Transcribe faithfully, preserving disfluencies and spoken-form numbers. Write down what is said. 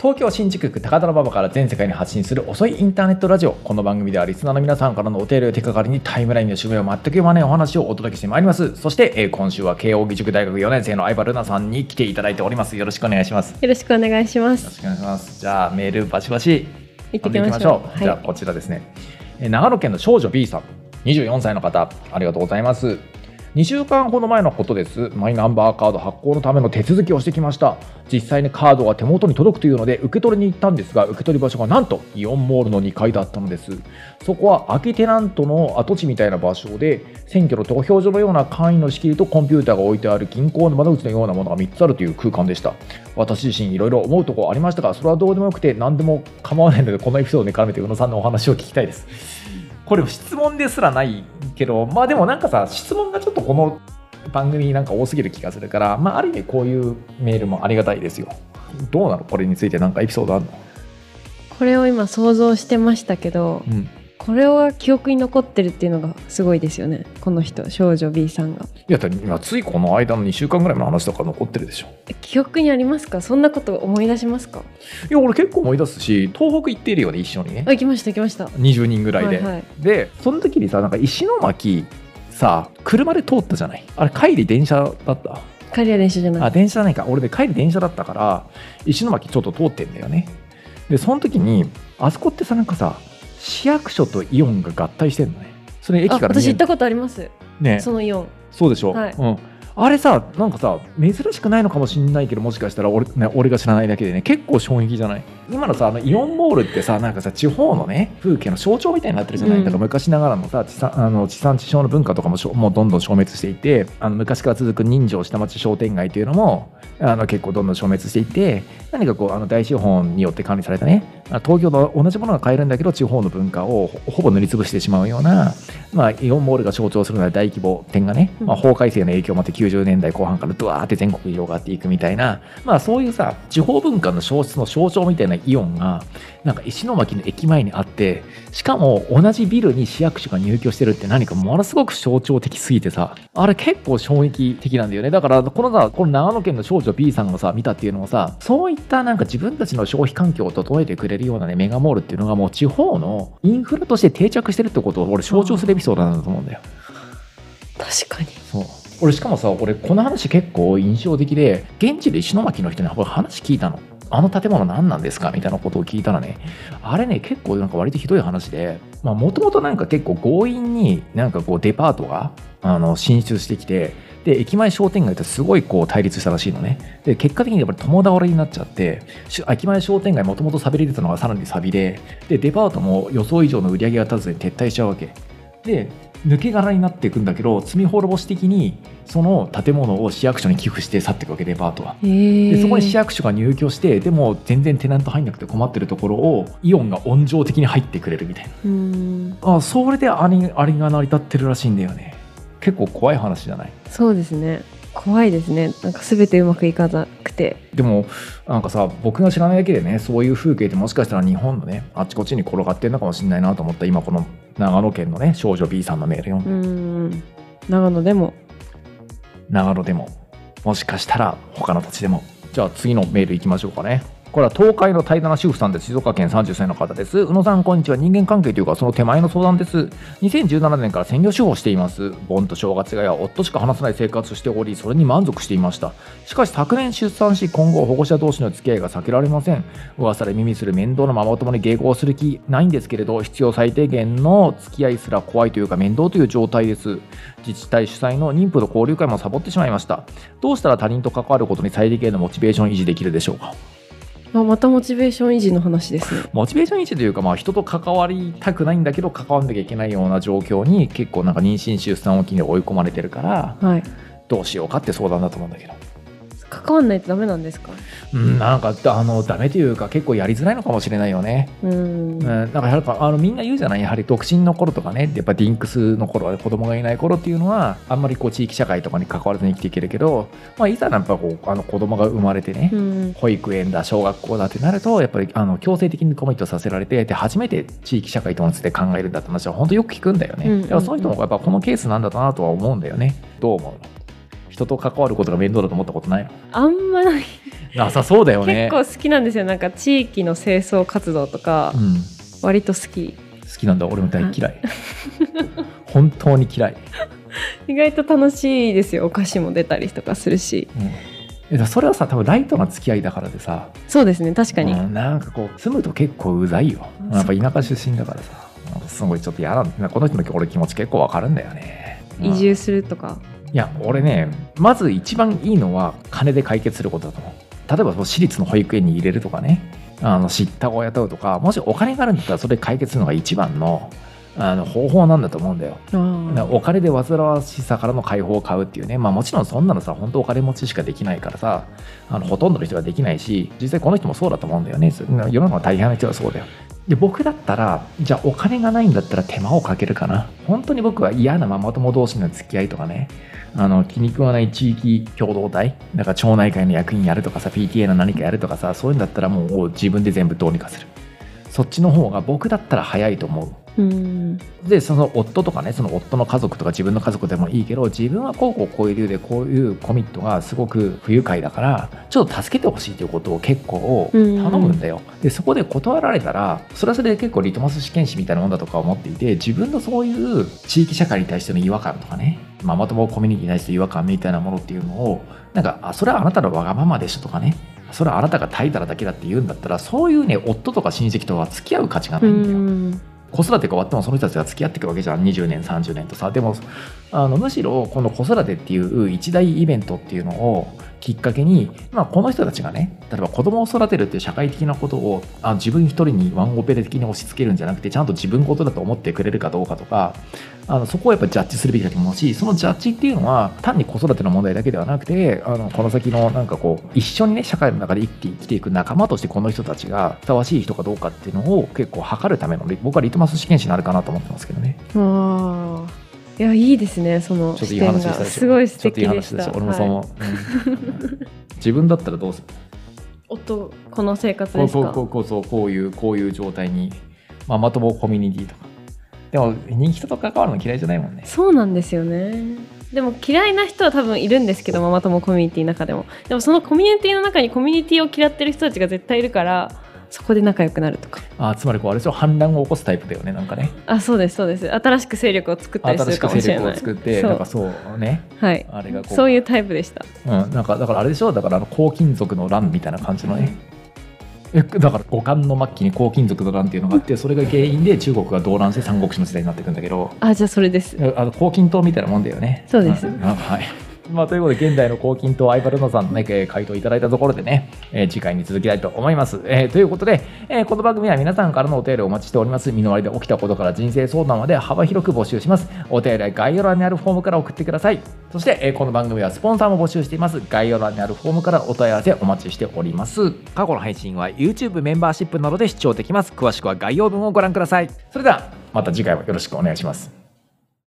東京新宿区高田馬場から全世界に発信する遅いインターネットラジオ。この番組ではリスナーの皆さんからのお手入れを手がかりにタイムラインの趣味を全く読まないお話をお届けしてまいります。そして、えー、今週は慶應義塾大学よねん生の相葉ルナさんに来ていただいております。よろしくお願いします。 よろしくお願いします。 よろしくお願いします。じゃあメールバシバシ行ってきましょう。 はい、じゃあこちらですね、えー、長野県の少女 B さん、にじゅうよんさいの方、ありがとうございます。にしゅうかんほど前のことです。マイナンバーカード発行のための手続きをしてきました。実際にカードが手元に届くというので受け取りに行ったんですが、受け取り場所がなんとイオンモールのにかいだったのです。そこは空きテナントの跡地みたいな場所で、選挙の投票所のような簡易の仕切りとコンピューターが置いてある銀行の窓口のようなものがみっつあるという空間でした。私自身いろいろ思うところありましたが、それはどうでもよくて何でも構わないので、このエピソードに絡めて宇野さんのお話を聞きたいです。これ質問ですらないけど、まあでもなんかさ、質問がちょっとこの番組なんか多すぎる気がするから、まあ、ある意味こういうメールもありがたいですよ。どうなの、これについてなんかエピソードあるの？ これを今想像してましたけど、うん、これは記憶に残ってるっていうのがすごいですよね。この人、少女 B さんが。 いや、今ついこの間のにしゅうかんぐらいの話とか残ってるでしょ。 記憶にありますか？そんなこと思い出しますか？ いや、俺結構思い出すし、東北行っているよね、一緒にね。 あ、行きました行きました。 にじゅうにんぐらいで、 はいはい、 でその時にさ、なんか石巻さあ車で通ったじゃない。あれ帰り電車だった？ 帰りは電車じゃない。 あ、電車じゃないか。俺で帰り電車だったから石巻ちょっと通ってんだよね。でその時にあそこってさ、なんかさ、市役所とイオンが合体してんのね。それ駅から見える。 あ、私行ったことありますね。そのイオン。 そうでしょ、 はい、 うん、あれさ、なんかさ、珍しくないのかもしれないけど、もしかしたら 俺,、ね、俺が知らないだけでね、結構衝撃じゃない？今のさ、あのイオンモールってさ、なんかさ、地方のね風景の象徴みたいになってるじゃない、うん、だから昔ながらのさ、地産、あの地産地消の文化とかももうどんどん消滅していて、あの昔から続く人情下町商店街というのもあの結構どんどん消滅していって、何かこうあの大資本によって管理されたね、東京と同じものが買えるんだけど地方の文化をほぼ塗りつぶしてしまうような、まあ、イオンモールが象徴するのは大規模店がね、まあ、法改正の影響もあってきゅうじゅうねんだいこう半からドワーって全国に広がっていくみたいな、まあ、そういうさ、地方文化の消失の象徴みたいなイオンがなんか石巻の駅前にあって、しかも同じビルに市役所が入居してるって、何かものすごく象徴的すぎてさ、あれ結構衝撃的なんだよね。だからこのさ、この長野県の少女 B さんがさ見たっていうのもさ、そういったなんか自分たちの消費環境を整えてくれるようなね、メガモールっていうのがもう地方のインフラとして定着してるってことを俺象徴するエピソードなんだと思うんだよ。 確かに。 そう、俺しかもさ、俺この話結構印象的で、現地で石巻の人に話聞いたの。あの建物何なんですかみたいなことを聞いたらね、あれね、結構なんか割とひどい話で、もともとなんか結構強引になんかこうデパートがあの進出してきて、で駅前商店街ってすごいこう対立したらしいのね。で結果的にやっぱり共倒れになっちゃって、駅前商店街もともと寂れてたのがさらに寂れで、デパートも予想以上の売り上げが立たずに撤退しちゃうわけで、抜け殻になっていくんだけど、罪滅ぼし的にその建物を市役所に寄付して去っていくわけ、デパートは。でそこに市役所が入居して、でも全然テナント入んなくて困ってるところをイオンが温情的に入ってくれるみたいな。うーん、あ、それであれが成り立ってるらしいんだよね。結構怖い話じゃない？ そうですね、怖いですね。なんか全てうまくいかなくて。 でもなんかさ、僕が知らないだけでね、そういう風景ってもしかしたら日本のね、あっちこっちに転がってるのかもしれないなと思った。今この長野県のね少女 B さんのメール読んで、うーん、長野でも長野でももしかしたら他の土地でも。じゃあ次のメールいきましょうかね。これは東海の平らな主婦さんです。静岡県さんじゅっさいの方です。宇野さん、こんにちは。人間関係というかその手前の相談です。にせんじゅうななねんから専業主婦をしています。盆と正月がや夫しか話さない生活をしており、それに満足していました。しかし昨年出産し、今後保護者同士の付き合いが避けられません。噂で耳する面倒なママ友に迎合する気ないんですけれど、必要最低限の付き合いすら怖いというか面倒という状態です。自治体主催の妊婦の交流会もサボってしまいました。どうしたら他人と関わることに最低限のモチベーション維持できるでしょうか？ あ、またモチベーション維持の話ですね。 モチベーション維持というか、まあ、人と関わりたくないんだけど関わんなきゃいけないような状況に結構なんか妊娠出産を機に追い込まれてるから、はい、どうしようかって相談だと思うんだけど。 関わんないとダメなんですか？ うん、なんかあのダメというか結構やりづらいのかもしれないよね。うん、うん、なんかやっぱあのみんな言うじゃない、やはり独身の頃とかね、やっぱディンクスの頃は子供がいない頃っていうのはあんまりこう地域社会とかに関わらずに生きていけるけど、まあ、いざやっぱこうあの子供が生まれてね、うん、保育園だ小学校だってなるとやっぱりあの強制的にコミットさせられて、で初めて地域社会とのついて考えるんだって話は本当よく聞くんだよね。うんうんうん、だからそういう人もやっぱこのケースなんだなとは思うんだよね。どう思うの？人と関わることが面倒だと思ったことないの？ あんまないなさそうだよね。 結構好きなんですよ。なんか地域の清掃活動とか、うん、割と好き好きなんだ。俺も大嫌い本当に嫌い意外と楽しいですよ。お菓子も出たりとかするし、 うん、それはさ多分ライトな付き合いだからでさ。 そうですね、確かに、 うん、なんかこう住むと結構うざいよ。やっぱ田舎出身だからさ、すごいちょっと嫌なんだ。この人の俺気持ち結構わかるんだよね、 うん、移住するとか。 いや俺ね、まず一番いいのは金で解決することだと思う。例えば私立の保育園に入れるとかね、あの知った子を雇うとか、もしお金があるんだったらそれで解決するのが一番のあの方法なんだと思うんだよ。お金で煩わしさからの解放を買うっていうね、まあ、もちろんそんなのさ本当お金持ちしかできないからさ、あのほとんどの人ができないし、実際この人もそうだと思うんだよね。世の中の大半の人はそうだよ。で僕だったらじゃあお金がないんだったら手間をかけるかな。本当に僕は嫌なママ友同士の付き合いとかね、あの気に食わない地域共同体だから町内会の役員やるとかさ ピーティーエー の何かやるとかさ、そういうんだったらもう自分で全部どうにかする。そっちの方が僕だったら早いと思う。うんでその夫とかね、その夫の家族とか自分の家族でもいいけど、自分はこうこうこういう理由でこういうコミットがすごく不愉快だからちょっと助けてほしいということを結構頼むんだよ。でそこで断られたらそれはそれで結構リトマス試験紙みたいなもんだとか思っていて、自分のそういう地域社会に対しての違和感とかね、ママ友コミュニティに対して違和感みたいなものっていうのをなんか、あそれはあなたのわがままでしょとかね、それはあなたが怠惰なだけだって言うんだったら、そういうね夫とか親戚とは付き合う価値がないんだよ。子育てが終わってもその人たちが付き合っていくわけじゃん、にじゅうねんさんじゅうねんとさ。でもあのむしろこの子育てっていう一大イベントっていうのをきっかけに、まあ、この人たちがね、例えば子供を育てるっていう社会的なことをあ自分一人にワンオペ的に押し付けるんじゃなくて、ちゃんと自分事だと思ってくれるかどうかとか、あのそこをやっぱジャッジするべきだと思うし、そのジャッジっていうのは単に子育ての問題だけではなくて、あのこの先のなんかこう一緒にね社会の中で生きて生きていく仲間としてこの人たちがふさわしい人かどうかっていうのを結構測るための僕はリトマス試験紙になるかなと思ってますけどね。 あいやいいですね、その視点がすごい素敵でした。 俺もそう思う、はいうん、自分だったらどうする？ 夫この生活ですか？ こうこうこうこういうこういう状態にママ友コミュニティとか。でも人と関わるの嫌いじゃないもんね。 そうなんですよね。でも嫌いな人は多分いるんですけど、ママ友コミュニティの中でも。でもそのコミュニティの中にコミュニティを嫌ってる人たちが絶対いるから、そこで仲良くなるとか。 あつまりこうあれでしょ、反乱を起こすタイプだよね、なんかね。 あそうですそうです。新しく勢力を作ったりするかもしれない。 新しく勢力を作ってなんかそうね、 はい、あれがこうそういうタイプでした。 うん、なんかだからあれでしょ、だからあの黄金族の乱みたいな感じのね、うん、だから五冠の末期に黄金族の乱っていうのがあって、それが原因で中国が動乱して三国志の時代になっていくんだけど、 あじゃあそれです。 あの黄金島みたいなもんだよね。 そうです、 うん、はい。まあ、ということで現代の黄金と相葉ルナさんの、ね、回答いただいたところでね、えー、次回に続きたいと思います、えー、ということで、えー、この番組は皆さんからのお便りをお待ちしております。身の回りで起きたことから人生相談まで幅広く募集します。お便りは概要欄にあるフォームから送ってください。そして、えー、この番組はスポンサーも募集しています。概要欄にあるフォームからお問い合わせお待ちしております。過去の配信は YouTube メンバーシップなどで視聴できます。詳しくは概要文をご覧ください。それではまた次回もよろしくお願いします。